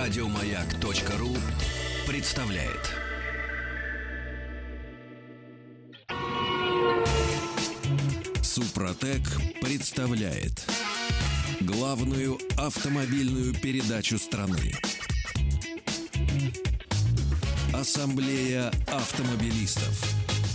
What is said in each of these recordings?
Радиомаяк.ру представляет. Супротек представляет главную автомобильную передачу страны. Ассамблея автомобилистов.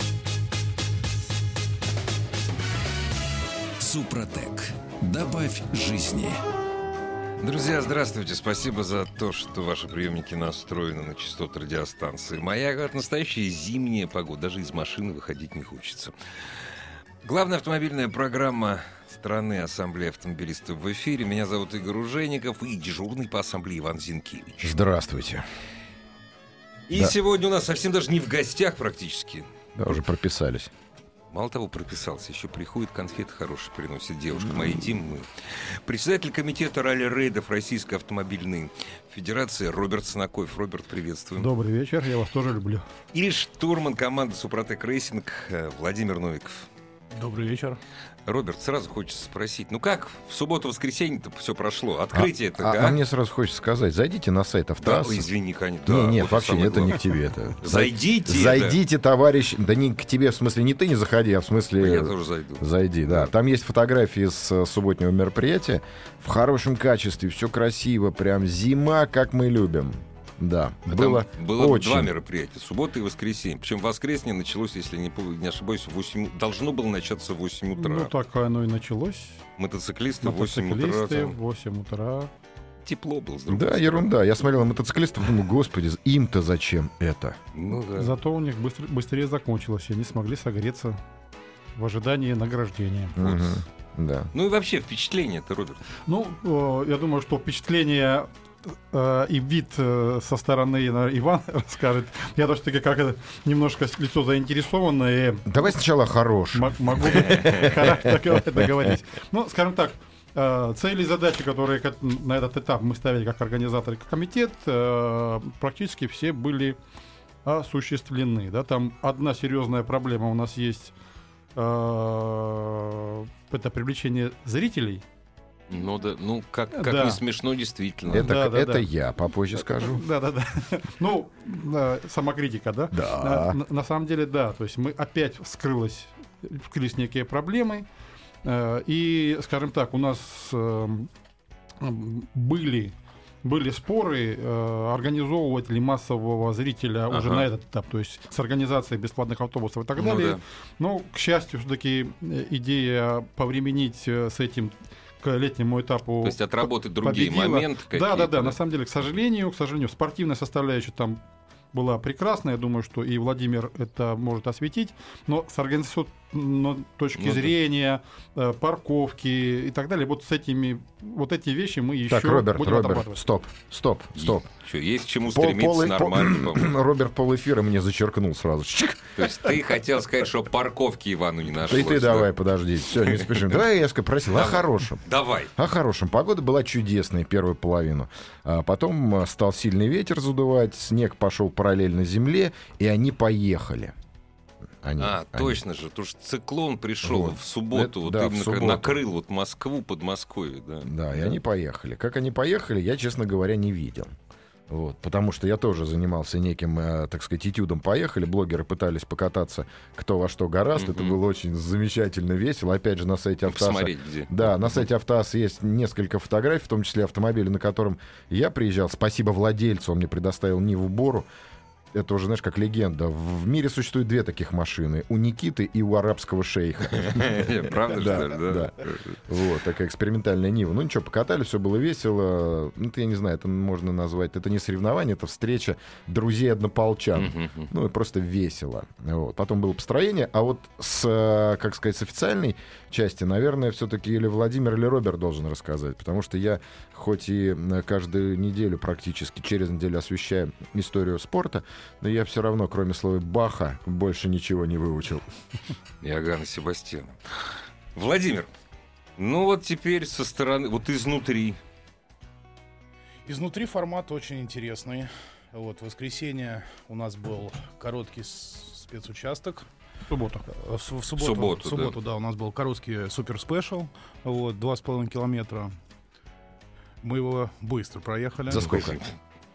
Супротек. Добавь жизни. Друзья, здравствуйте. Спасибо за то, что ваши приемники настроены на частоты радиостанции. Моя это настоящая зимняя погода. Даже из машины выходить не хочется. Главная автомобильная программа страны Ассамблея автомобилистов в эфире. Меня зовут Игорь Ужеников и дежурный по ассамблее Иван Зинкевич. Здравствуйте. И сегодня у нас совсем даже не в гостях практически. Да, уже прописались. Мало того, прописался, еще приходит, конфеты хорошие приносит девушка моя интимную. Председатель комитета ралли-рейдов Российской автомобильной федерации Роберт Санакоев. Роберт, приветствуем. Добрый вечер, я вас тоже люблю. И штурман команды Супротек Рейсинг Владимир Новиков. Добрый вечер. Роберт, сразу хочется спросить, ну как в субботу-воскресенье-то все прошло? Открытие-то, а мне сразу хочется сказать, зайдите на сайт Автоасс. Да, извини, конечно. Да, нет, вот вообще, это не к тебе. Это. Зайдите, товарищ. Да не к тебе, в смысле, не ты не заходи, а в смысле... Я тоже зайду. Зайди, да. Там есть фотографии с субботнего мероприятия. В хорошем качестве, все красиво, прям зима, как мы любим. Да, было очень... два мероприятия, суббота и воскресенье. Причем воскресенье началось, если не ошибаюсь, в 8... должно было начаться в 8 утра. Ну, так оно и началось. Мотоциклисты в 8 утра. в 8 утра. Тепло было, с другой стороны. Ерунда. Я смотрел на мотоциклистов, думаю, господи, им-то зачем это? Ну, да. Зато у них быстрее закончилось, и они смогли согреться в ожидании награждения. Вот. Да. Ну и вообще впечатление-то, Роберт? Ну, я думаю, что впечатление... и вид со стороны Иван расскажет. Я тоже таки как немножко лицо заинтересованное. Давай сначала хороший. Могу договорить. Ну, скажем так, цели и задачи, которые на этот этап мы ставили как организатор и как комитет, практически все были осуществлены. Да? Там одна серьезная проблема у нас есть. Это привлечение зрителей. Ну да, ну как да. Не смешно, действительно. Это я попозже скажу. Да. Ну, самокритика, да? Да. На самом деле, да. То есть мы опять вскрылись некие проблемы. И, скажем так, у нас были споры организовывать ли массового зрителя уже на этот этап, то есть с организацией бесплатных автобусов и так далее. Да. Но, к счастью, все-таки идея повременить с этим к летнему этапу. То есть отработать другие победила. моменты какие-то. Да. На самом деле, к сожалению, спортивная составляющая там была прекрасная. Я думаю, что и Владимир это может осветить. Но с организационной точки зрения, парковки и так далее, вот с этими эти вещи мы еще Роберт, будем отрабатывать. Стоп. Что, есть к чему стремиться, нормально, по-моему. Роберт полэфира мне зачеркнул сразу. То есть ты хотел сказать, что парковки Ивану не нашлось. Ты давай, подожди. Все, не спешим. Давай я просил о хорошем. Давай. О хорошем. Погода была чудесная первую половину. Потом стал сильный ветер задувать, снег пошел параллельно земле, и они поехали. Точно же, потому что циклон пришел в субботу, в субботу. Накрыл Москву, Подмосковье. Да, и они поехали. Как они поехали, я, честно говоря, не видел. Потому что я тоже занимался неким, так сказать, этюдом. Поехали, блогеры пытались покататься кто во что гораст. Это было очень замечательно, весело. Опять же, на сайте Автоасса... Посмотреть где. Да, на сайте Автоасса есть несколько фотографий, в том числе автомобиля, на котором я приезжал. Спасибо владельцу, он мне предоставил Ниву Бору. Это уже, знаешь, как легенда. В мире существует две таких машины. У Никиты и у арабского шейха. Правда, что ли? Да. Вот, такая экспериментальная Нива. Ну ничего, покатали, все было весело. Ну, я не знаю, это можно назвать... Это не соревнование, это встреча друзей-однополчан. Ну, просто весело. Потом было построение. А вот с официальной части, наверное, все-таки или Владимир, или Роберт должен рассказать. Потому что я, хоть и каждую неделю практически, через неделю освещаю историю спорта, но я все равно, кроме слова Баха, больше ничего не выучил. Иоганна Себастьяна. Владимир, ну вот теперь со стороны, вот изнутри. Изнутри формат очень интересный. В воскресенье у нас был короткий спецучасток. В субботу, да, у нас был короткий супер-спешл. 2,5 километра. Мы его быстро проехали. За сколько?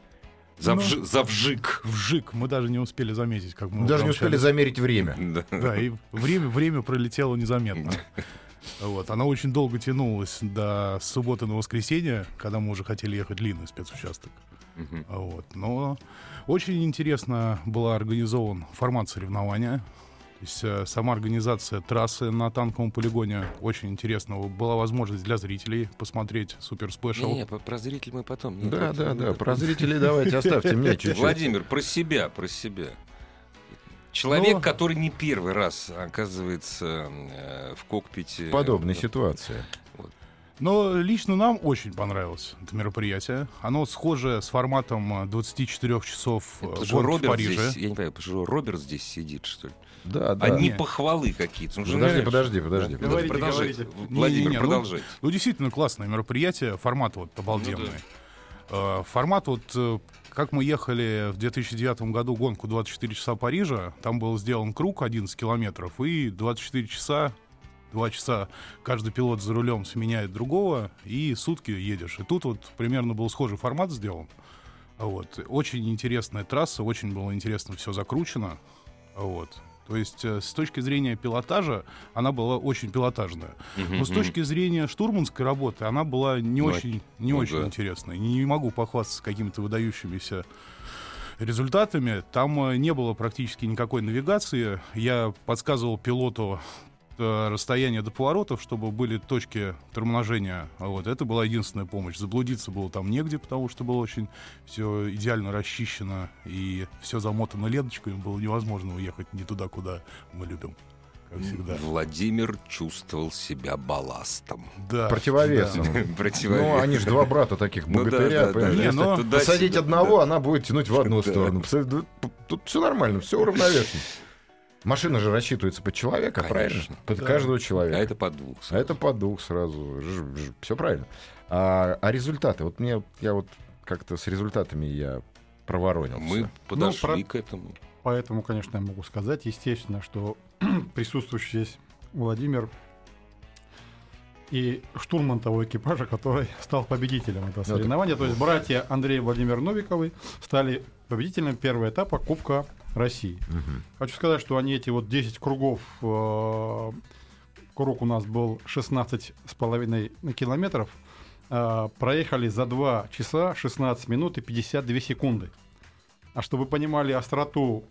Завжик. Вжик. Мы даже не успели заметить, как мы Даже не успели замерить время. Да, и время пролетело незаметно. Вот. Она очень долго тянулась до субботы на воскресенье, когда мы уже хотели ехать в длинный спецучасток. Вот. Но очень интересно был организован формат соревнования. То есть сама организация трассы на танковом полигоне очень интересно. Была возможность для зрителей посмотреть Супер Спешл. Не, про зрителей мы потом. Нет, Да, про зрителей давайте оставьте мне чуть-чуть. Владимир, про себя. Человек, который не первый раз оказывается в кокпите. В подобной ситуации. Но лично нам очень понравилось это мероприятие. Оно схоже с форматом 24 часов гонки в Париже. Я не понимаю, потому что Роберт здесь сидит, что ли? Да. Одни похвалы какие-то. Подожди. Говорите. Владимир, продолжайте. Ну, действительно классное мероприятие. Формат вот обалденный. Формат вот... Как мы ехали в 2009 году гонку 24 часа Парижа, там был сделан круг 11 километров, и 24 часа, 2 часа каждый пилот за рулем сменяет другого, и сутки едешь. И тут вот примерно был схожий формат сделан. Вот. Очень интересная трасса, очень было интересно все закручено. Вот. То есть с точки зрения пилотажа она была очень пилотажная. Но с точки зрения штурманской работы она была не очень интересной. Не могу похвастаться какими-то выдающимися результатами. Там не было практически никакой навигации. Я подсказывал пилоту расстояние до поворотов, чтобы были точки торможения. Вот. Это была единственная помощь. Заблудиться было там негде, потому что было очень все идеально расчищено и все замотано ленточками. Было невозможно уехать не туда, куда мы любим. Как всегда. Владимир чувствовал себя балластом. Да. Противовесом. Ну, они же два брата таких богатыря. Посадить одного, она будет тянуть в одну сторону. Тут все нормально, все уравновешено. Машина же рассчитывается под человека, правильно? Под каждого человека. А это под двух сразу. А это под двух сразу. Все правильно. А результаты? Вот я вот как-то с результатами я проворонился. Мы подошли к этому. Поэтому, конечно, я могу сказать, естественно, что присутствующий здесь Владимир и штурман того экипажа, который стал победителем этого соревнования. То есть братья Андрей и Владимир Новиковы стали победителем первого этапа Кубка России. Хочу сказать, что они эти вот 10 кругов, круг у нас был 16,5 километров, проехали за 2 часа 16 минут и 52 секунды. А чтобы вы понимали остроту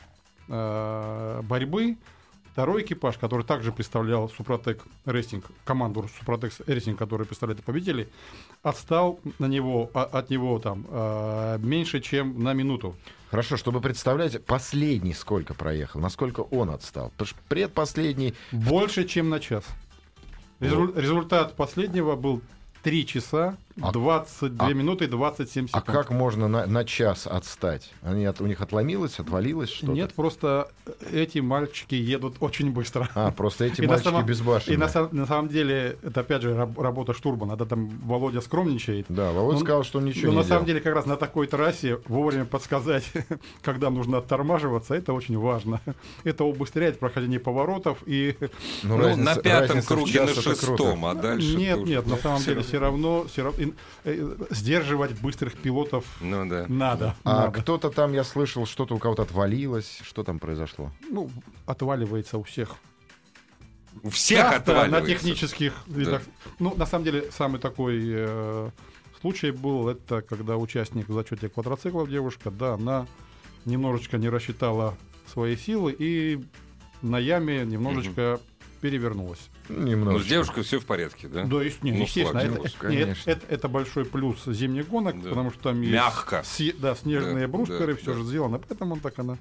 борьбы, второй экипаж, который также представлял Супротек Рейсинг, команду Супротек Рейсинг, который представляет победителей, отстал от него там меньше, чем на минуту. Хорошо, чтобы представлять, последний сколько проехал, насколько он отстал? Потому что предпоследний... Больше, чем на час. Результат последнего был 3 часа 22 минуты 27 секунд. А как можно на час отстать? У них отвалилось что-то? Нет, просто эти мальчики едут очень быстро. Просто эти мальчики безбашенные. И на самом деле, это опять же работа штурмана. Это там Володя скромничает. Да, Володя сказал, что он ничего не делал. Но на самом деле, как раз на такой трассе вовремя подсказать, когда нужно оттормаживаться, это очень важно. Это убыстряет прохождение поворотов. И... на пятом круге, на шестом, а дальше... Нет, на самом деле все равно сдерживать быстрых пилотов надо. Кто-то там, я слышал, что-то у кого-то отвалилось. Что там произошло? Отваливается у всех. У всех отваливается? На технических видах. На самом деле, самый такой случай был, это когда участник в зачете квадроциклов, девушка, она немножечко не рассчитала свои силы и на яме немножечко перевернулась. С девушкой все в порядке, да? Да, естественно. Это большой плюс зимних гонок, потому что там мягко. Снежные брустеры, все же сделано. Поэтому она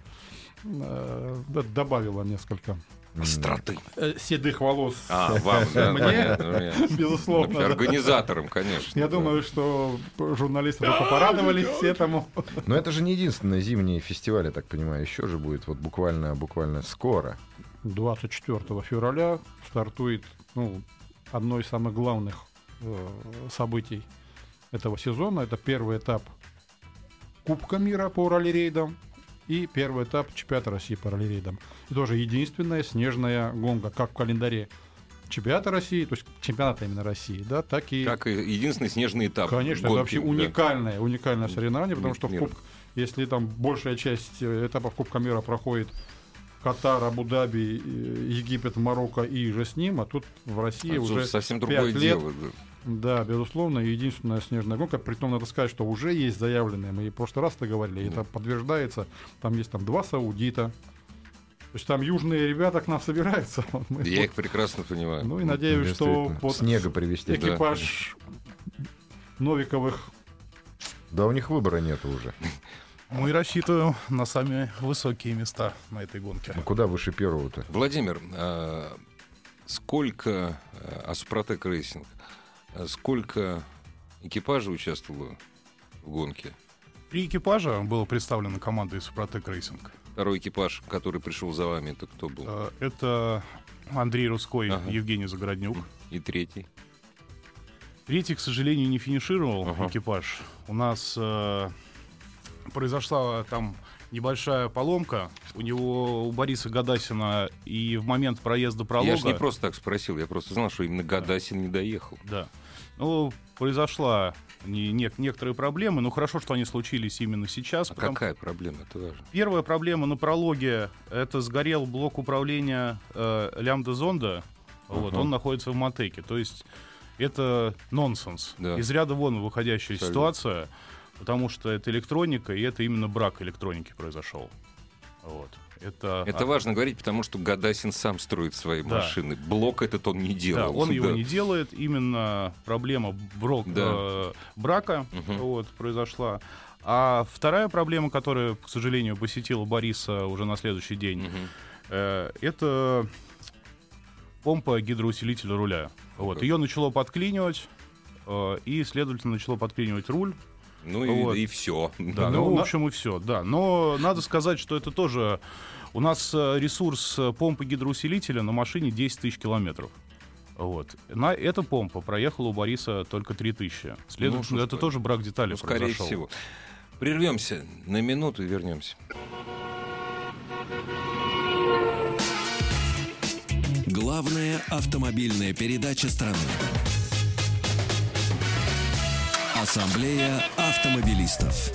добавила несколько остроты. Седых волос. Вам, мне, безусловно. Организаторам, конечно. Я думаю, что журналисты только порадовались этому. Но это же не единственный зимний фестиваль, я так понимаю. Еще же будет буквально скоро. 24 февраля стартует одно из самых главных событий этого сезона. Это первый этап Кубка мира по ралли-рейдам и первый этап чемпионата России по ралли-рейдам. И тоже единственная снежная гонка, как в календаре чемпионата России, то есть чемпионата именно России, да, так и... Как и единственный снежный этап. Конечно, гонки, это вообще уникальное соревнование, потому что Если там большая часть этапов Кубка мира проходит Катар, Абу-Даби, Египет, Марокко и же с ним, а тут в России уже совсем другое 5 лет. дело. Да, безусловно, единственная снежная гонка. Притом надо сказать, что уже есть заявленные, мы в прошлый раз это говорили, это подтверждается. Там есть 2 саудита. То есть там южные ребята к нам собираются. Я их прекрасно понимаю. Ну и надеюсь, что снега привезти. Экипаж Новиковых. Да, у них выбора нету уже. Мы рассчитываем на самые высокие места на этой гонке. Ну, куда выше первого-то? Владимир, сколько Супротек Рейсинг, сколько экипажей участвовало в гонке? 3 экипажа было представлено командой Супротек Рейсинг. Второй экипаж, который пришел за вами, это кто был? Это Андрей Русской, Евгений Загороднюк. И третий? Третий, к сожалению, не финишировал экипаж. У нас произошла там небольшая поломка. У Бориса Гадасина, и в момент проезда пролога... Я же не просто так спросил, я просто знал, что именно Гадасин не доехал. Да. Ну, произошла некоторые проблемы, но хорошо, что они случились именно сейчас. Какая проблема? Это важно. Первая проблема на прологе — это сгорел блок управления лямбда-зонда. Вот, он находится в Мотеке. То есть это нонсенс. Да. Из ряда вон выходящая ситуация, потому что это электроника, и это именно брак электроники произошел. Вот. Это важно говорить, потому что Гадасин сам строит свои машины. Блок этот он не делал. Да, он его не делает. Именно проблема брака произошла. А вторая проблема, которая, к сожалению, посетила Бориса уже на следующий день, это помпа гидроусилителя руля. Вот. Ее начало подклинивать, и, следовательно, начало подклинивать руль. Ну и все. Да, в общем, и все. Да. Но надо сказать, что это тоже... У нас ресурс помпы гидроусилителя на машине 10 тысяч километров. Вот. Эта помпа проехала у Бориса только 3000. Следовательно, это тоже брак деталей скорее всего. Прервемся на минуту и вернемся. Главная автомобильная передача страны. Ассамблея автомобилистов.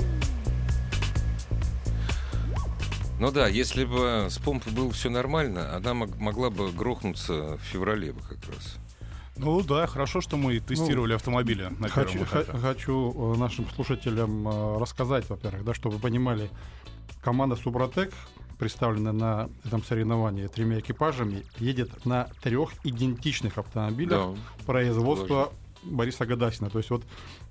Ну да, если бы с помпой было все нормально, она могла бы грохнуться в феврале бы как раз. Ну да, хорошо, что мы тестировали автомобили на первом этапе. Хочу нашим слушателям рассказать, во-первых, да, чтобы вы понимали, команда Супротек, представленная на этом соревновании 3 экипажами, едет на 3 идентичных автомобилях производства Бориса Гадасина. То есть вот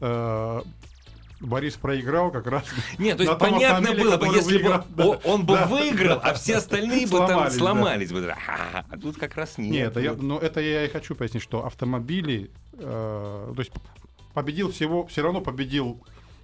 Борис проиграл как раз. Нет, то есть понятно было бы, если бы он бы выиграл, а все остальные бы там сломались бы. А тут как раз нет. Нет, но это я и хочу пояснить, что автомобили, то есть победил все равно победил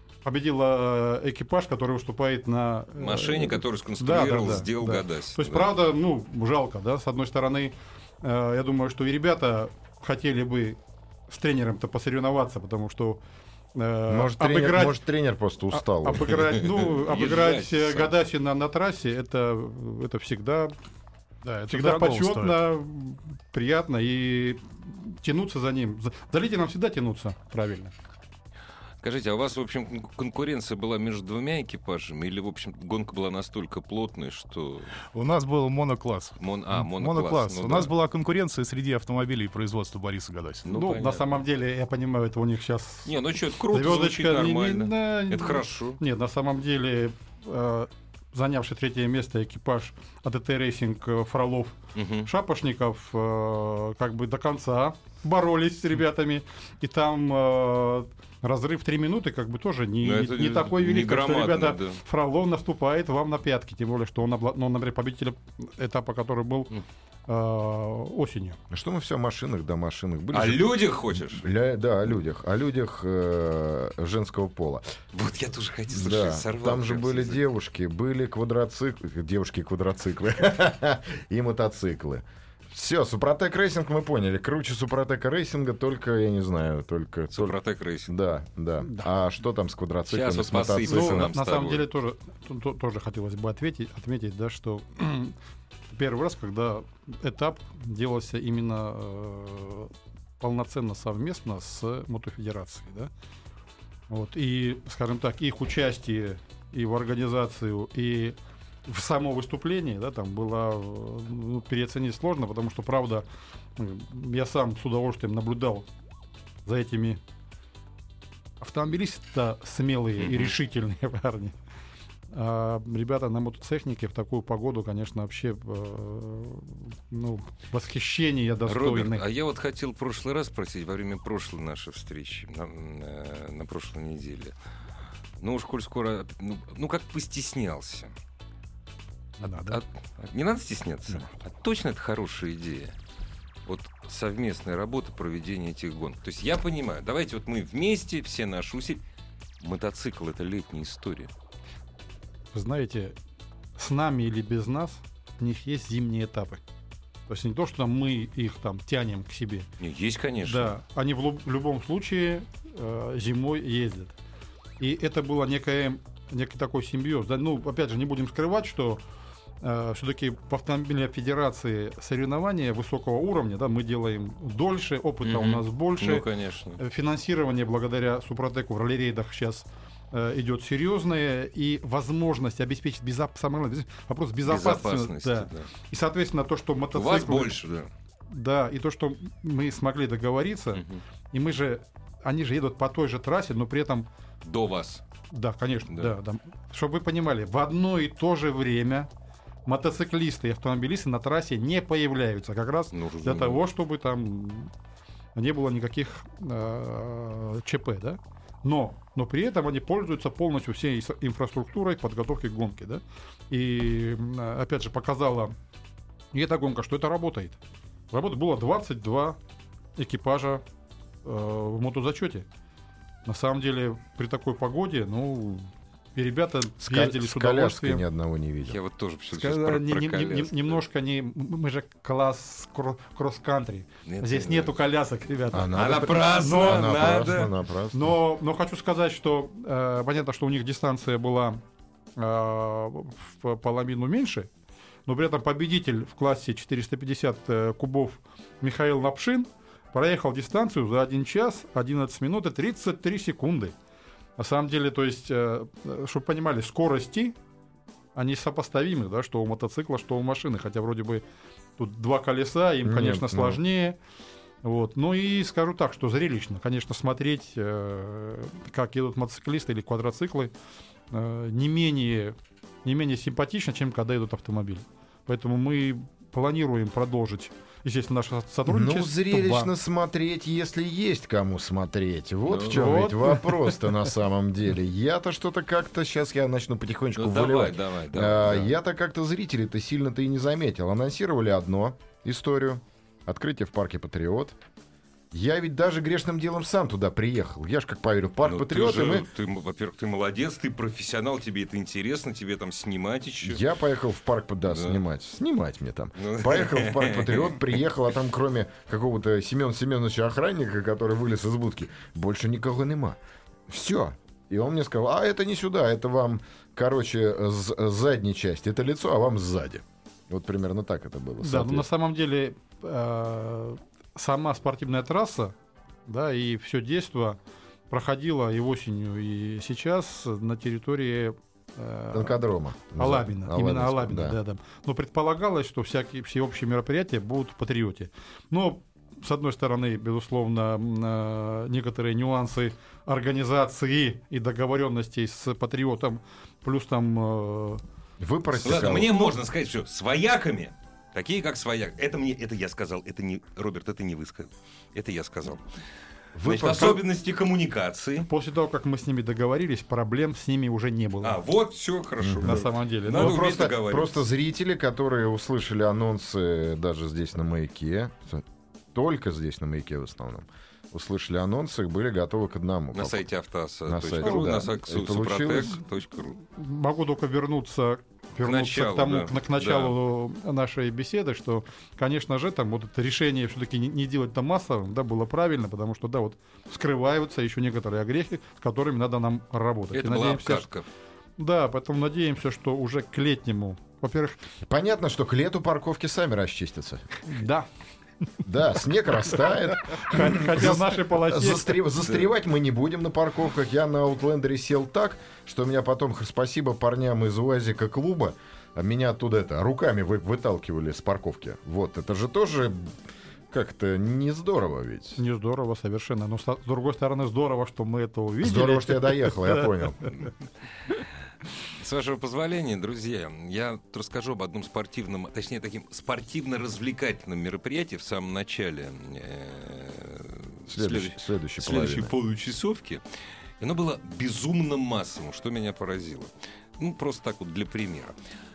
экипаж, который выступает на машине, которую сконструировал, сделал Гадасин. То есть, правда, жалко, да, с одной стороны, я думаю, что и ребята хотели бы с тренером-то посоревноваться, потому что может, тренер просто устал. Обыграть Гадасина на трассе это всегда, всегда почетно, приятно, и тянуться за ним. За лидером всегда тянуться, правильно. Скажите, а у вас, в общем, конкуренция была между 2 экипажами, или, в общем, гонка была настолько плотной, что... У нас был монокласс. Монокласс. У нас была конкуренция среди автомобилей производства Бориса Гадасина. На самом деле, я понимаю, это у них сейчас... Не, ну что, это круто, звучит нормально. Это хорошо. Нет, на самом деле, занявший 3-е место экипаж АТТ Рейсинг Фролов, Шапошников, как бы до конца боролись с ребятами, и там... разрыв 3 минуты, как бы тоже не такой велик, как что, ребята, да. Фролов наступает вам на пятки, тем более, что он, например, победитель этапа, который был осенью. Что мы все о машинах, да, машинах. О людях хочешь? Да, о людях. О людях женского пола. Вот я тоже хотел сорвать. Там же были девушки, были девушки-квадроциклы и мотоциклы. Все, Супротек Рейсинг мы поняли. Круче Супротека Рейсинга только, я не знаю, только... Супротек Рейсинг. Да. А что там с квадроциклами, с мотоциклами? На самом деле тоже хотелось бы отметить, да, что первый раз, когда этап делался именно полноценно совместно с Мотофедерацией, да, вот, и, скажем так, их участие и в организацию, и в само выступление, да, там было переоценить сложно, потому что, правда, я сам с удовольствием наблюдал за этими автомобилисты смелые и решительные парни. А ребята на мотоцехнике в такую погоду, конечно, вообще восхищение достойны. Роберт, а я вот хотел в прошлый раз спросить, во время прошлой нашей встречи, на прошлой неделе. Ну уж коль скоро, как постеснялся. Не надо стесняться. Да. А точно это хорошая идея? Вот совместная работа, проведение этих гонок. То есть я понимаю, давайте вот мы вместе, все наши усилия. Мотоцикл — это летняя история. Вы знаете, с нами или без нас у них есть зимние этапы. То есть не то, что мы их там тянем к себе. Есть, конечно. Да, они в любом случае зимой ездят. И это было некий такой симбиоз. Да, опять же, не будем скрывать, что все-таки в автомобильной федерации соревнования высокого уровня, да, мы делаем дольше, опыта у нас больше. Ну, конечно. Финансирование благодаря Супротеку в ралли-рейдах сейчас идет серьезное, и возможность обеспечить вопрос безопасности. Да. И, соответственно, то, что мотоциклы... У вас больше, да. Да, и то, что мы смогли договориться, и они же едут по той же трассе, но при этом... До вас. Да, конечно, да. Чтобы вы понимали, в одно и то же время мотоциклисты и автомобилисты на трассе не появляются, как раз для того, чтобы там не было никаких ЧП, да? Но при этом они пользуются полностью всей инфраструктурой подготовки к гонке, да? И опять же показала и эта гонка, что это работает. Было 22 экипажа в мотозачете. На самом деле, при такой погоде, и ребята ездили с удовольствием. Ни одного не видел. Я вот тоже сейчас немножко мы же класс кросс-кантри. Здесь нету колясок, ребята. Напрасно. Но хочу сказать, что понятно, что у них дистанция была в половину меньше, но при этом победитель в классе 450 кубов Михаил Лапшин проехал дистанцию за 1 час, 11 минут и 33 секунды. На самом деле, то есть, чтобы понимали, скорости, они сопоставимы, да, что у мотоцикла, что у машины. Хотя вроде бы тут 2 колеса, им, конечно, сложнее. Вот. Ну и скажу так, что зрелищно, конечно, смотреть, как едут мотоциклисты или квадроциклы, не менее симпатично, чем когда идут автомобили. Поэтому мы планируем продолжить, естественно, наше сотрудничество. Зрелищно смотреть, если есть кому смотреть. Вот в чем ведь вопрос-то на самом деле. Я-то что-то как-то... Сейчас я начну потихонечку выливать. Давай. Я-то как-то зрителей-то сильно-то и не заметил. Анонсировали одну историю. Открытие в парке «Патриот». Я ведь даже грешным делом сам туда приехал. Я ж как поверил, парк «Патриот». Во-первых, ты молодец, ты профессионал, тебе это интересно, тебе там снимать еще. Я поехал в парк, снимать мне там. Поехал в парк «Патриот», приехал, а там кроме какого-то Семена Семеновича охранника, который вылез из будки, больше никого нема. Все. И он мне сказал, это не сюда, это вам, с задней части. Это лицо, а вам сзади. Вот примерно так это было. Да, но на самом деле... Сама спортивная трасса, да, и все действо проходило и осенью, и сейчас на территории Танкодрома. Алабина. Именно Алабина, да. Но предполагалось, что все общие мероприятия будут в «Патриоте». Но, с одной стороны, безусловно, некоторые нюансы организации и договоренностей с «Патриотом», плюс там... Ладно, мне можно сказать, что с вояками... Такие, как свояк. Это я сказал. Это не Роберт, это не вы сказали. Это я сказал. Значит, особенности коммуникации. После того, как мы с ними договорились, проблем с ними уже не было. Вот, все хорошо. На самом деле. Просто зрители, которые услышали анонсы даже здесь на «Маяке», только здесь на «Маяке» в основном, услышали анонсы, были готовы к одному. На сайте автоаса.ру, на сайте suprotec.ru. Могу только вернуться к началу нашей беседы, что, конечно же, там вот это решение все-таки не делать там массовым, да, было правильно, потому что, да, вот скрываются еще некоторые огрехи, с которыми надо нам работать. Это была обкатка. Да, поэтому надеемся, что уже к летнему, во-первых... Понятно, что к лету парковки сами расчистятся. Да. Да, снег растает. Хотя в нашей полосе... Застревать мы не будем на парковках. Я на Outlander'е сел так, что меня потом, спасибо парням из УАЗика клуба, меня оттуда руками выталкивали с парковки. Вот, это же тоже как-то не здорово ведь. Не здорово совершенно. Но с другой стороны, здорово, что мы это увидели. Здорово, что я доехал, я понял. С вашего позволения, друзья, я расскажу об одном спортивном, точнее, таким спортивно-развлекательном мероприятии в самом начале следующей получасовки. И оно было безумно массовым, что меня поразило. Ну, просто так вот для примера.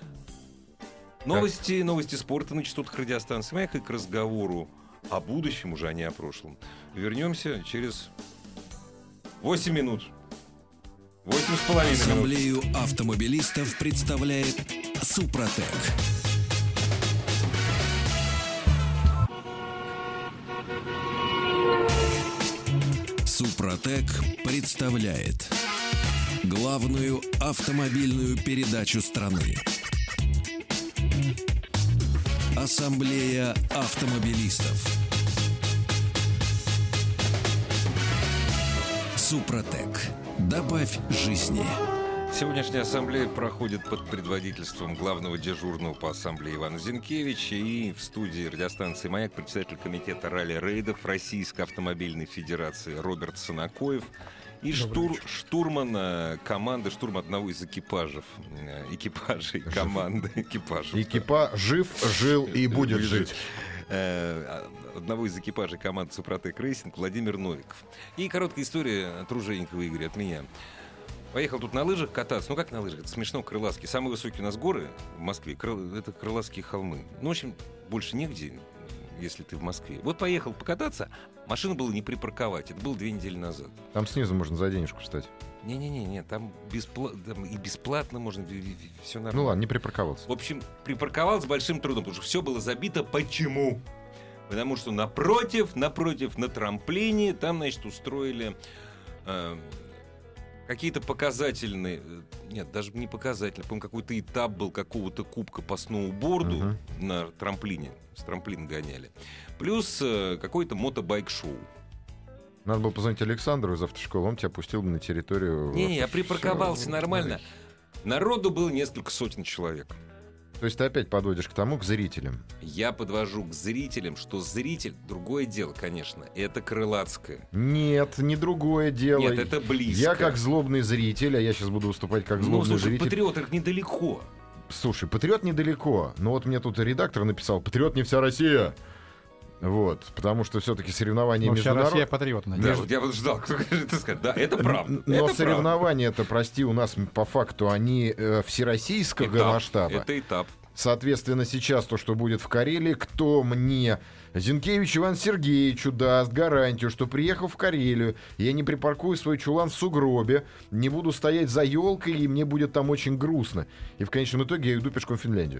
Новости спорта на частотах радиостанции «Маяк», и к разговору о будущем уже, а не о прошлом. Вернемся через 8 минут. 8,5 минут. Ассамблею автомобилистов представляет Супротек. Супротек представляет главную автомобильную передачу страны. Ассамблея автомобилистов. Супротек. Добавь жизни. Сегодняшняя ассамблея проходит под предводительством главного дежурного по ассамблее Ивана Зинкевича, и в студии радиостанции «Маяк» председатель комитета ралли-рейдов Российской автомобильной федерации Роберт Санакоев и штурман команды, штурман одного из экипажей команды. Экипаж жив, жил и будет жить. Одного из экипажей команды «Супротек Рейсинг» Владимир Новиков. И короткая история от Ружейникова Игоря, от меня. Поехал тут на лыжах кататься. Ну как на лыжах? Это смешно, Крылатские. Самые высокие у нас горы в Москве это Крылатские холмы. Ну, в общем, больше негде, если ты в Москве. Вот поехал покататься, машину было не припарковать. Это было 2 недели назад. Там снизу можно за денежку встать. Не-не-не, там и бесплатно можно, все нормально. Ну ладно, не припарковался. В общем, припарковал с большим трудом, потому что все было забито. Почему? Потому что напротив, на трамплине, там, значит, устроили какие-то показательные... Нет, даже не показательные. По-моему, какой-то этап был какого-то кубка по сноуборду на трамплине. С трамплина гоняли. Плюс какой-то мотобайк-шоу. Надо было позвонить Александру из автошколы, он тебя пустил на территорию... Не, я припарковался нормально. Народу было несколько сотен человек. То есть ты опять подводишь к тому, к зрителям? Я подвожу к зрителям, что зритель, другое дело, конечно, это Крылатское. Нет, не другое дело. Нет, это близко. Я как злобный зритель, а я сейчас буду выступать как злобный зритель. Патриот, это недалеко. Слушай, Патриот недалеко. Но вот мне тут редактор написал: Патриот не вся Россия. Вот, потому что все-таки соревнования международные. Россия патриот, да, вот я вот ждал, кто это скажет. Да, это правда. Но соревнования, это, прости, у нас по факту они всероссийского масштаба. Это этап. Соответственно, сейчас то, что будет в Карелии, кто мне, Зинкевич Иван Сергеевичу, даст гарантию, что, приехав в Карелию, я не припаркую свой чулан в сугробе, не буду стоять за елкой, и мне будет там очень грустно. И в конечном итоге я иду пешком в Финляндию.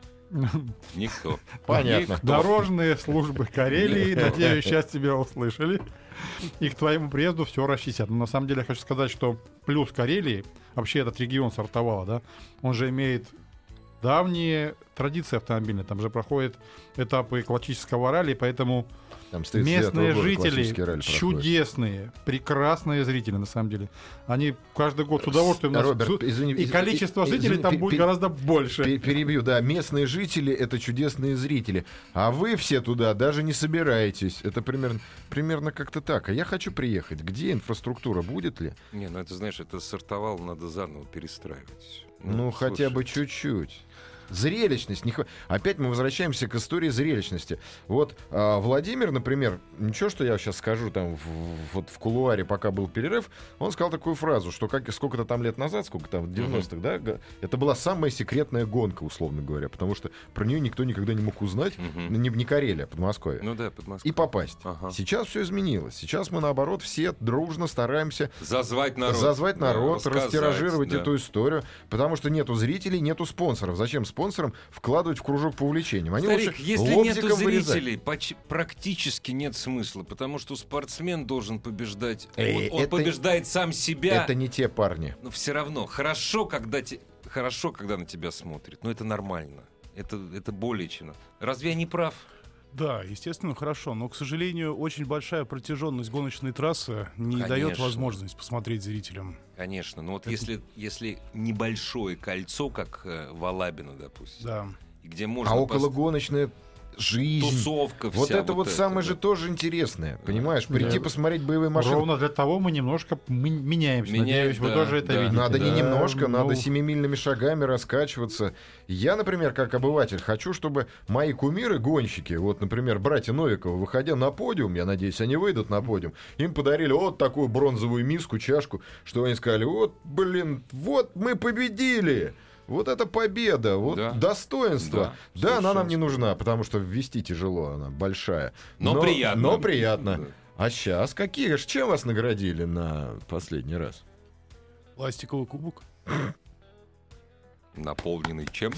Никто. Понятно. Никто. Дорожные службы Карелии, надеюсь, сейчас тебя услышали. И к твоему приезду все расчистят. Но на самом деле я хочу сказать, что плюс Карелии, вообще этот регион Сартовала, да, он же имеет давние традиции автомобильные. Там же проходят этапы классического ралли, поэтому Там местные жители чудесные, прекрасные зрители, на самом деле. Они каждый год с удовольствием... Роберт, извини, и количество жителей там будет гораздо больше. Перебью, да. Местные жители — это чудесные зрители. А вы все туда даже не собираетесь. Это примерно как-то так. А я хочу приехать. Где инфраструктура? Будет ли? Не, ну это, знаешь, это Сартовал надо заново перестраивать. Ну хотя бы чуть-чуть. Зрелищность. Опять мы возвращаемся к истории зрелищности. Вот Владимир, например, ничего, что я сейчас скажу там вот в кулуаре, пока был перерыв, он сказал такую фразу, что сколько-то там лет назад, сколько там, в 90-х, да, это была самая секретная гонка, условно говоря, потому что про нее никто никогда не мог узнать, не Карелия, а Подмосковье. Ну да, Подмосковье. И попасть. Сейчас все изменилось. Сейчас мы, наоборот, все дружно стараемся зазвать народ, растиражировать эту историю, потому что нету зрителей, нету спонсоров. Зачем спонсорам вкладывать в кружок по увлечениям? Они Старик, лучше если нету зрителей, практически нет смысла, потому что спортсмен должен побеждать. Он побеждает сам себя. Это не те парни. Но все равно хорошо, когда на тебя смотрят. Но это нормально. Это более чем. Разве я не прав? Да, естественно, хорошо, но, к сожалению, очень большая протяженность гоночной трассы не дает возможность посмотреть зрителям. Конечно, но вот если небольшое кольцо, как в Алабино, допустим, Да. где можно... окологоночная жизнь. Тусовка вся. Вот это вот самое же тоже интересное. Понимаешь, прийти посмотреть боевые машины. Ровно для того мы немножко меняемся. Надеюсь, вы тоже это видите. Надо не немножко, ну... надо семимильными шагами раскачиваться. Я, например, как обыватель, хочу, чтобы мои кумиры, гонщики, вот, например, братья Новиковы, выходя на подиум, я надеюсь, они выйдут на подиум, им подарили вот такую бронзовую миску, чашку, что они сказали, вот, блин, вот мы победили. Вот это победа, вот достоинство. Да, она нам не нужна, потому что ввести тяжело, она большая. Но приятно. Но приятно. Да. А сейчас чем вас наградили на последний раз? Пластиковый кубок. Наполненный чем?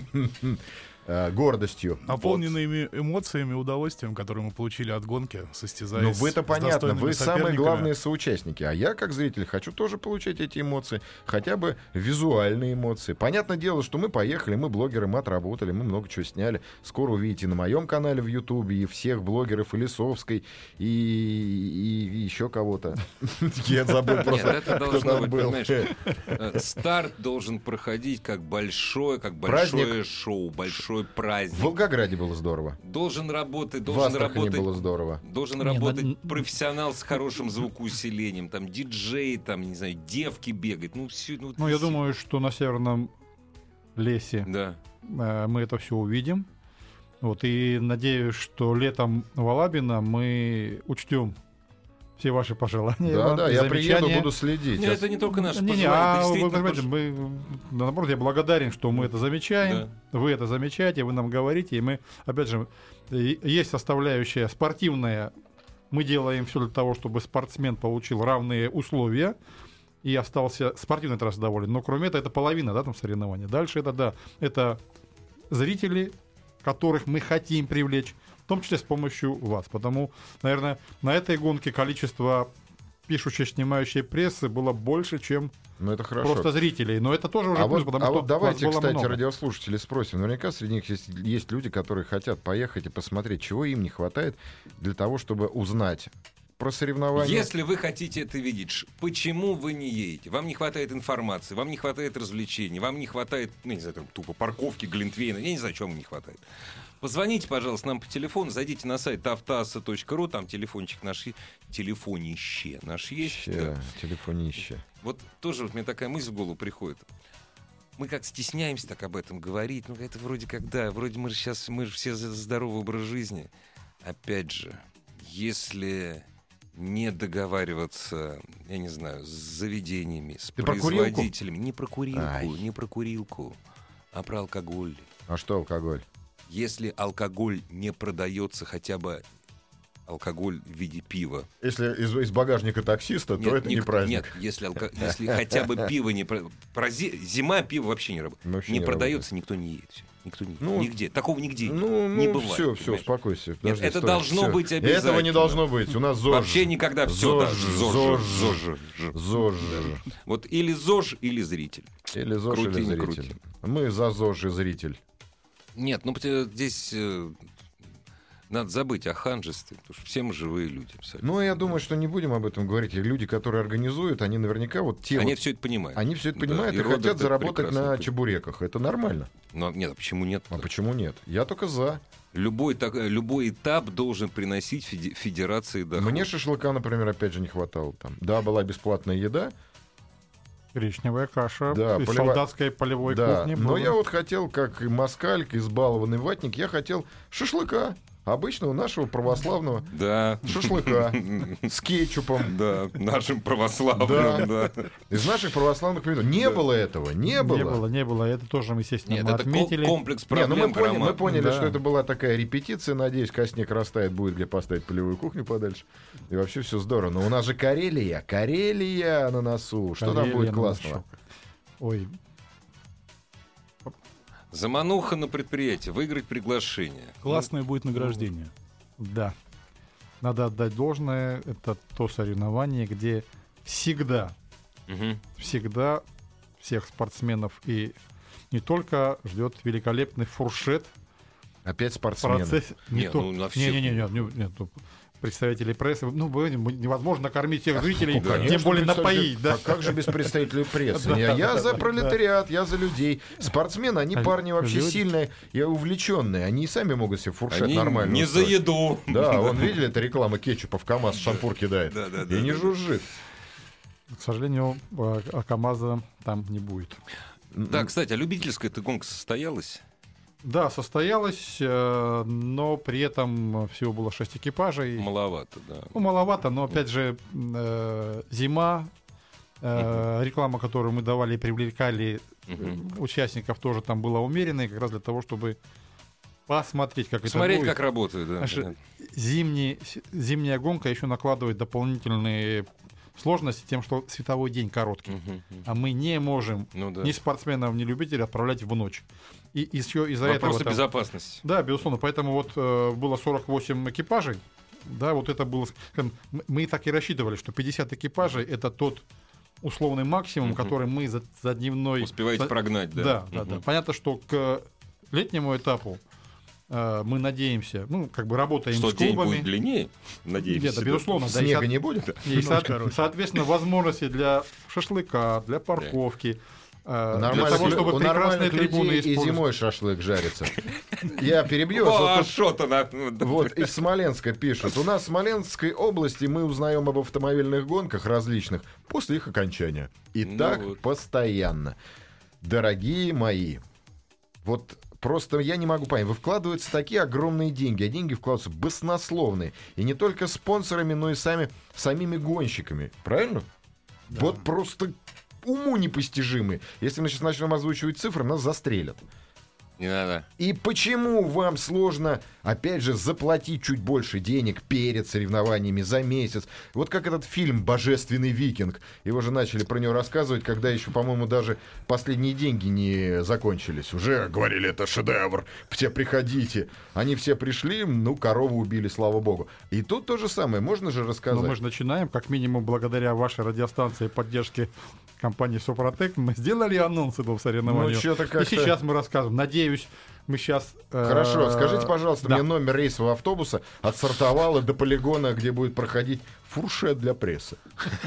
Гордостью. Наполненными эмоциями, удовольствием, которые мы получили от гонки, состязаясь. Ну, вы-то понятно, вы самые соперниками. главные соучастники. А я, как зритель, хочу тоже получать эти эмоции. Хотя бы визуальные эмоции. Понятное дело, что мы поехали, мы блогеры, мы отработали, мы много чего сняли. Скоро увидите на моем канале в Ютубе и всех блогеров, и Лисовской, и еще кого-то. Я забыл просто, Нет, это должно быть, понимаешь, старт должен проходить как большое шоу, большой праздник. В Волгограде было здорово. Должен работать было здорово. Должен работать профессионал с хорошим звукоусилением, там диджей, там, не знаю, девки бегать. Ну, я думаю, что на Северном лесе мы это все увидим. Вот, и надеюсь, что летом в Алабино мы учтем все ваши пожелания. Да, я приеду, буду следить. Нет, это не только наши пожелания. Вы понимаете, наоборот, я благодарен, что мы это замечаем. Да. Вы это замечаете, вы нам говорите. И мы, опять же, есть составляющая спортивная. Мы делаем все для того, чтобы спортсмен получил равные условия и остался спортивной трассой доволен. Но кроме этого, это половина, да, там соревнования. Дальше это зрители, которых мы хотим привлечь, в том числе с помощью вас. Потому, наверное, на этой гонке количество пишущей, снимающей прессы было больше, чем просто зрителей. Но это тоже уже плюс, потому что вот давайте, кстати, много. Радиослушателей спросим. Наверняка среди них есть люди, которые хотят поехать и посмотреть, чего им не хватает для того, чтобы узнать про соревнования. Если вы хотите это видеть, почему вы не едете? Вам не хватает информации, вам не хватает развлечений, вам не хватает, не знаю, там, тупо парковки, глинтвейна, я не знаю, чего вам не хватает. Позвоните, пожалуйста, нам по телефону, зайдите на сайт автоаса.ру, там телефончик наш, телефонище наш есть. Телефонище. Вот тоже мне такая мысль в голову приходит. Мы как стесняемся так об этом говорить, ну это вроде как, вроде мы же все за здоровый образ жизни. Опять же, если не договариваться, я не знаю, с заведениями, с производителями. Не про курилку, а про алкоголь. А что алкоголь? Если алкоголь не продается, хотя бы алкоголь в виде пива. Если из багажника таксиста, то это не праздник. Нет, если хотя бы пиво не... Зима пиво вообще не работает. Не продается, никто не едет. Нигде. Такого нигде не бывает. Все, успокойся. Нет, это должно быть обязательно. Этого не должно быть. У нас ЗОЖ. Вообще никогда все. ЗОЖ. Вот или ЗОЖ, или зритель. Или ЗОЖ, или зритель. Мы за ЗОЖ и зритель. Нет, здесь надо забыть о ханжестве, потому что все мы живые люди. Абсолютно. Ну, я думаю, что не будем об этом говорить. Люди, которые организуют, они наверняка Они все это понимают. Они все это понимают и хотят заработать на чебуреках. Это нормально. Нет, а почему нет? А почему нет? Я только за. Любой этап должен приносить федерации доход. Мне шашлыка, например, опять же не хватало там. Да, была бесплатная еда. Гречневая каша, солдатской полевой кухни. Но я вот хотел, как и москаль, избалованный ватник, я хотел шашлыка. Обычного нашего православного шашлыка с кетчупом. Да, нашим православным. Да. Из наших православных помидоров. Не было этого, не было. Это тоже, естественно, мы отметили. Это комплекс проблем. Мы поняли, что это была такая репетиция. Надеюсь, когда снег растает, будет где поставить полевую кухню подальше. И вообще все здорово. Но у нас же Карелия на носу. Что там будет классного? Ой. Замануха на предприятие, выиграть приглашение. Классное будет награждение. Да. Надо отдать должное. Это то соревнование, где всегда всех спортсменов и не только ждет великолепный фуршет Опять спортсмены. Нет, ну, представителей прессы, невозможно накормить всех зрителей, тем более напоить. Да? Как же без представителей прессы? Я за пролетариат, я за людей. Спортсмены, они парни вообще сильные и увлеченные. Они и сами могут себе фуршет нормально не устроить. За еду. Да, вон видели, это реклама кетчупа в КамАЗ шампур кидает. И не жужжит. К сожалению, КамАЗа там не будет. Да, кстати, а любительская-то гонка состоялась? Да, состоялась, но при этом всего было 6 экипажей. Маловато, да. Ну, маловато, но опять же зима, реклама, которую мы давали и привлекали участников, тоже там была умеренной, как раз для того, чтобы посмотреть, как Смотреть, это будет. как работает, да. Зимняя гонка еще накладывает дополнительные сложности тем, что световой день короткий. А мы не можем ни спортсменов, ни любителей отправлять в ночь. И еще из-за этого... Просто безопасности. Да, безусловно. Поэтому вот было 48 экипажей. Да, вот это было... Мы так и рассчитывали, что 50 экипажей — это тот условный максимум, который мы за дневной... Успеваете прогнать, да? Да. Понятно, что к летнему этапу мы надеемся, работаем что с клубами. Что день будет длиннее, надеемся. Нет, безусловно. Снега не будет? И, соответственно, возможности для шашлыка, для парковки. Для того, чтобы у прекрасные нормальных трибуны людей и зимой шашлык жарится. Я перебью. Вот из Смоленска пишут. У нас в Смоленской области мы узнаем об автомобильных гонках различных после их окончания. И так постоянно. Дорогие мои, вот просто я не могу понять. Вы вкладываете такие огромные деньги, а деньги вкладываются баснословные. И не только спонсорами, но и самими гонщиками. Правильно? Да. Вот просто уму непостижимы. Если мы сейчас начнем озвучивать цифры, нас застрелят. Не надо. И почему вам сложно, опять же, заплатить чуть больше денег перед соревнованиями за месяц? Вот как этот фильм «Божественный викинг». Его же начали про него рассказывать, когда еще, по-моему, даже последние деньги не закончились. Уже говорили, это шедевр, все приходите. Они все пришли, корову убили, слава богу. И тут то же самое, можно же рассказать. Но мы же начинаем, как минимум, благодаря вашей радиостанции поддержки компании «Супротек», мы сделали анонсы до соревнований. И сейчас мы рассказываем. Надеюсь, мы сейчас... Хорошо, скажите, пожалуйста, мне номер рейсового автобуса от Сартовала до полигона, где будет проходить фуршет для прессы.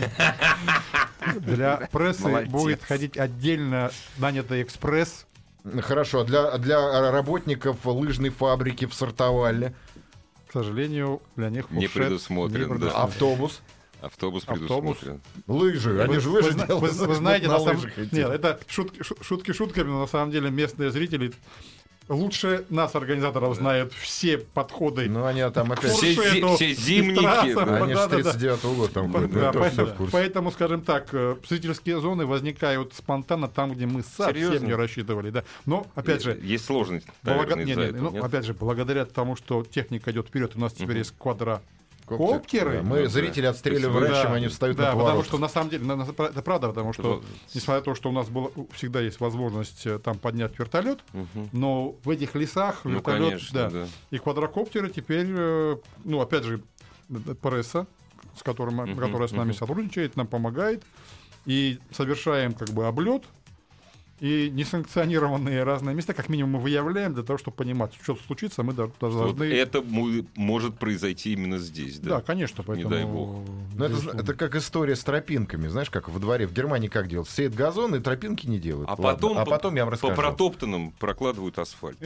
Для прессы будет ходить отдельно нанятый экспресс. Хорошо, для работников лыжной фабрики в Сартовале. К сожалению, для них фуршет не предусмотрен. Да. Автобус. Автобус предусмотрен. Лыжи, они же лыжи делают. Вы знаете, на самом деле... Нет, это шутки шутками, но на самом деле местные зрители лучше нас, организаторов, знают все подходы. Ну, они там опять... Все зимники. Они же с 39-го года там ходят. Поэтому, скажем так, зрительские зоны возникают спонтанно там, где мы совсем не рассчитывали. Да. Но, опять же... Есть сложность, наверное, из-за этого. Опять же, благодаря тому, что техника идет вперед, у нас теперь есть квадрокоптеры. Мы зрители отстреливаем раньше, чем они встают на поворот. Потому что, на самом деле, это правда, потому что, несмотря на то, что у нас всегда есть возможность там поднять вертолет, но в этих лесах вертолет, и квадрокоптеры теперь, опять же, пресса, которая с нами сотрудничает, нам помогает, и совершаем облет. И несанкционированные разные места, как минимум, мы выявляем для того, чтобы понимать, что случится, мы должны... Это может произойти именно здесь, да? Да, конечно, поэтому... Не дай бог. Это как история с тропинками. Знаешь, как во дворе в Германии как делают? Сеют газон и тропинки не делают. А потом я вам расскажу. По протоптанным прокладывают асфальт.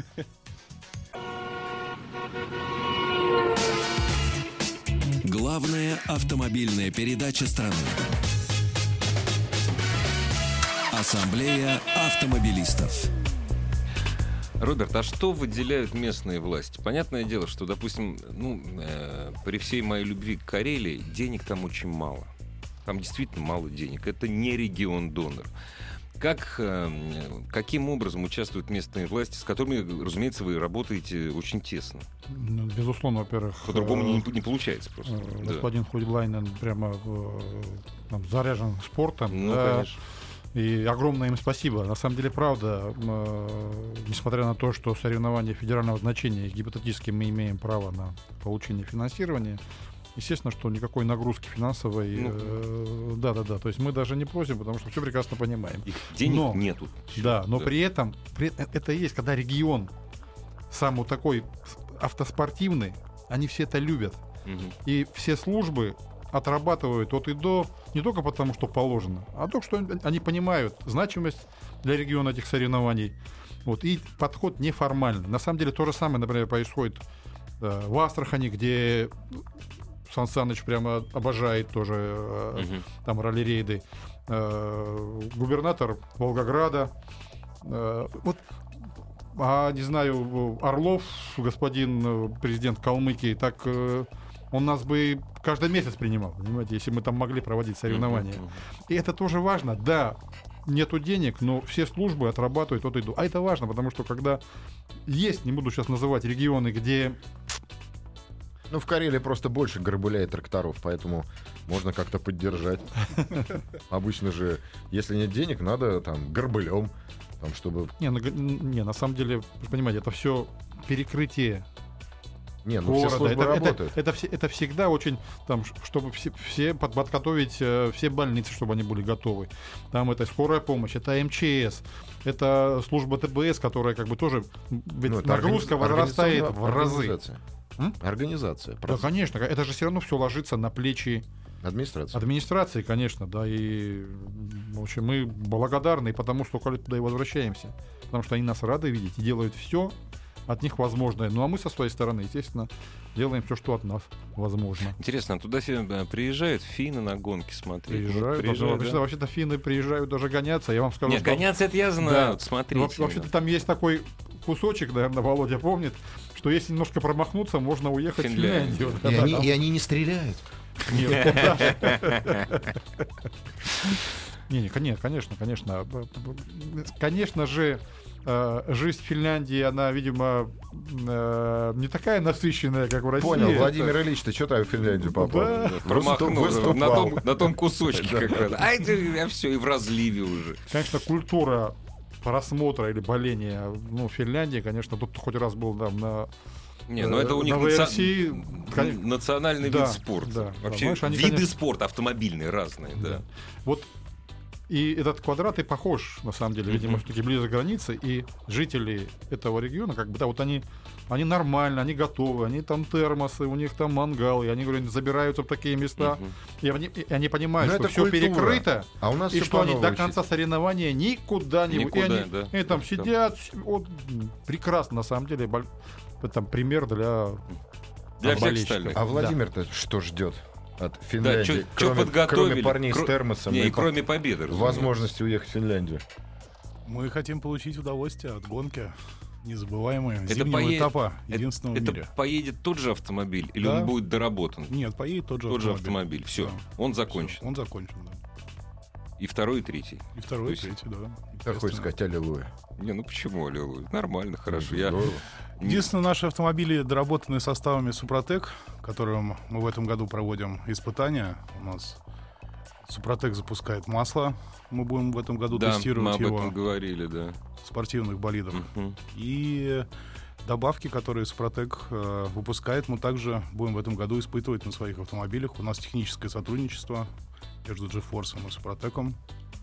Главная автомобильная передача страны. Ассамблея автомобилистов. Роберт, а что выделяют местные власти? Понятное дело, что, допустим, при всей моей любви к Карелии денег там очень мало. Там действительно мало денег. Это не регион-донор. Каким образом участвуют местные власти, с которыми, разумеется, вы работаете очень тесно? Безусловно, во-первых... По-другому не получается просто. Господин Худиблайнен прямо заряжен спортом. Конечно. И огромное им спасибо. На самом деле, правда, несмотря на то, что соревнования федерального значения, гипотетически мы имеем право на получение финансирования, естественно, что никакой нагрузки финансовой... Да. То есть мы даже не просим, потому что все прекрасно понимаем. Денег нету. Да, но при этом это и есть, когда регион сам вот такой автоспортивный, они все это любят. И все службы отрабатывают от и до не только потому, что положено, а то, что они понимают значимость для региона этих соревнований. Вот, и подход неформальный. На самом деле то же самое, например, происходит в Астрахани, где Сан Саныч прямо обожает тоже там ралли-рейды. Губернатор Волгограда. Вот, не знаю, Орлов, господин президент Калмыкии, так он нас бы каждый месяц принимал, понимаете, если мы там могли проводить соревнования. И это тоже важно. Да, нету денег, но все службы отрабатывают от и до. А это важно, потому что когда есть, не буду сейчас называть регионы, где... Ну, в Карелии просто больше горбыля и тракторов, поэтому можно как-то поддержать. Обычно же, если нет денег, надо там горбылем, там, чтобы... Не, на самом деле, вы понимаете, это все перекрытие. Не, ну все службы работают. Это всегда очень, там, чтобы все подготовить все больницы, чтобы они были готовы. Там это скорая помощь, это МЧС, это служба ТБС, которая как бы тоже нагрузка возрастает в разы. Организация. Да, конечно, это же все равно все ложится на плечи администрации, конечно, да, и в общем, мы благодарны, и потому столько лет туда и возвращаемся, потому что они нас рады видеть и делают все от них возможное. Ну а мы со своей стороны, естественно, делаем все, что от нас возможно. Интересно, а туда приезжают финны на гонки смотреть? Приезжают, да? Вообще-то финны приезжают даже гоняться, я вам скажу. Нет, гоняться это я знаю, да, смотрите. Вообще-то там есть такой кусочек, наверное, Володя помнит, что если немножко промахнуться, можно уехать в Финляндию. И они не стреляют. Нет, конечно же, жизнь в Финляндии, она, видимо, не такая насыщенная, как в России. Понял, Владимир Ильич, ты что там в Финляндию попал? Да. Промахнулся на том кусочке как раз. А это я все и в разливе уже. Конечно, культура просмотра или боления в Финляндии, конечно, тут хоть раз был там на... Не, ну это у них национальный вид спорта. Да, вообще да, виды конечно... спорта автомобильные разные. Да. Вот и этот квадрат и похож, на самом деле, видимо, все-таки ближе к границе, и жители этого региона, как бы, да, вот они нормально, они готовы, они там термосы, у них там мангалы, и они, говорят, забираются в такие места, и они понимают, но что все перекрыто, а у нас и что они до конца соревнования никуда не выйдут. И они там сидят, вот, прекрасно, на самом деле, там пример для всех остальных. А Владимир-то что ждет от Финляндии, кроме парней с термосом и кроме победы, возможности уехать в Финляндию? Мы хотим получить удовольствие от гонки незабываемой зимнего этапа, единственного в мире. Это поедет тот же автомобиль или он будет доработан? Нет, поедет тот же автомобиль. Все, да. Он закончен. Он закончен, да. И второй, и третий. И второй, и третий, да. Как хочешь сказать, аллилуйя. Не, ну почему аллилуйя? Нормально, хорошо. Единственное, наши автомобили доработаны составами Супротек, которым мы в этом году проводим испытания. У нас Супротек запускает масло. Мы будем в этом году тестировать его. Да, мы об этом говорили, да. Спортивных болидов. И добавки, которые Супротек выпускает, мы также будем в этом году испытывать на своих автомобилях. У нас техническое сотрудничество между GeForce и Супротеком.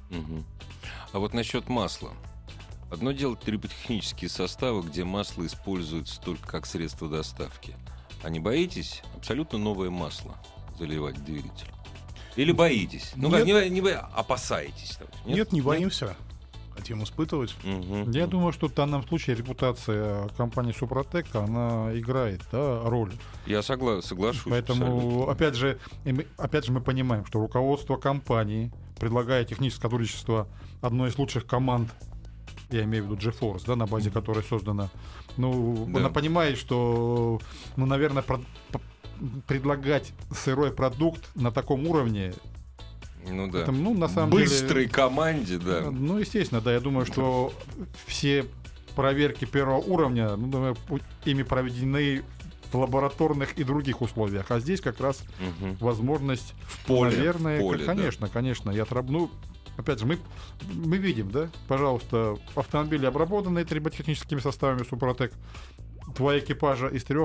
А вот насчет масла. Одно дело триботехнические составы, где масло используется только как средство доставки. А не боитесь абсолютно новое масло заливать в двигатель? Или боитесь? Ну как, не опасаетесь? Нет, не боимся. Хотим испытывать. Я думаю, что в данном случае репутация компании Супротек, она играет, да, роль. Я соглашусь. Поэтому, опять же, мы понимаем, что руководство компании, предлагая техническое сотрудничество одной из лучших команд, я имею в виду GeForce, да, на базе которой создана, она понимает, что, наверное, предлагать сырой продукт на таком уровне. Ну да. Это, на самом быстрой деле, команде, да. Естественно, да. Я думаю, что все проверки первого уровня, ими проведены в лабораторных и других условиях. А здесь как раз возможность, в поле, наверное, конечно, я опять же, мы видим, да, пожалуйста, автомобили, обработанные триботехническими составами Супротек. 2 экипажа из 3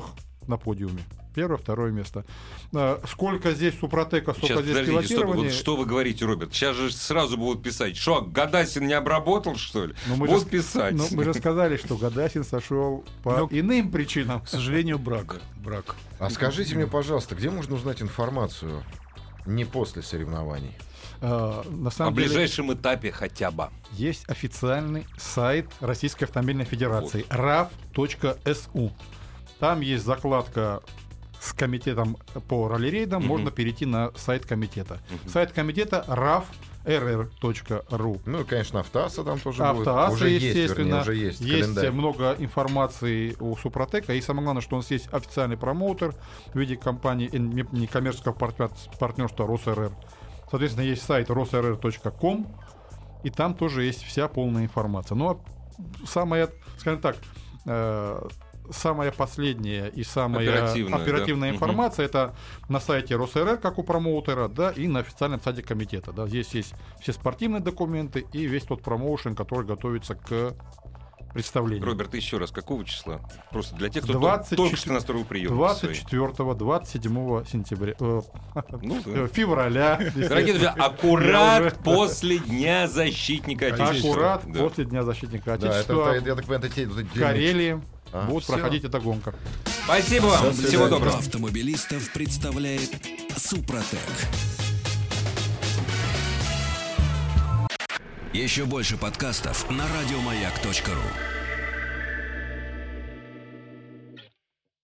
на подиуме. Первое, второе место. Сколько здесь Супротека, столько здесь подождите, пилотирования. Вот что вы говорите, Роберт? Сейчас же сразу будут писать. Что, Гадасин не обработал, что ли? Вот писать. Ну, мы же сказали, что Гадасин сошел по иным причинам. К сожалению, брак. А скажите мне, пожалуйста, где можно узнать информацию не после соревнований? На самом деле, ближайшем этапе хотя бы. Есть официальный сайт Российской автомобильной федерации rav.su. Там есть закладка с комитетом по ралли-рейдам. Можно перейти на сайт комитета. Сайт комитета rav.rr.ru. Ну и, конечно, Автоаса там тоже будет. Автоаса, Уже естественно. Уже есть есть много информации у Супротека. И самое главное, что у нас есть официальный промоутер в виде компании некоммерческого партнерства РосРР. Соответственно, есть сайт rosrr.com, и там тоже есть вся полная информация. Но самая, скажем так, самая последняя и самая оперативная информация это на сайте РосРР, как у промоутера, да, и на официальном сайте комитета. Да. Здесь есть все спортивные документы и весь тот промоушен, который готовится к представлению. Роберт, еще раз, какого числа? Просто для тех, кто 24, только что настроил прием. 24-27 сентября, февраля. Дорогие друзья, аккурат после Дня защитника Отечества. Аккурат после Дня защитника Отечества. Да, я так понимаю, в Карелии будет проходить эта гонка. Спасибо вам. Всего доброго. Автомобилистов представляет Супротек. Еще больше подкастов на радиомаяк.ру.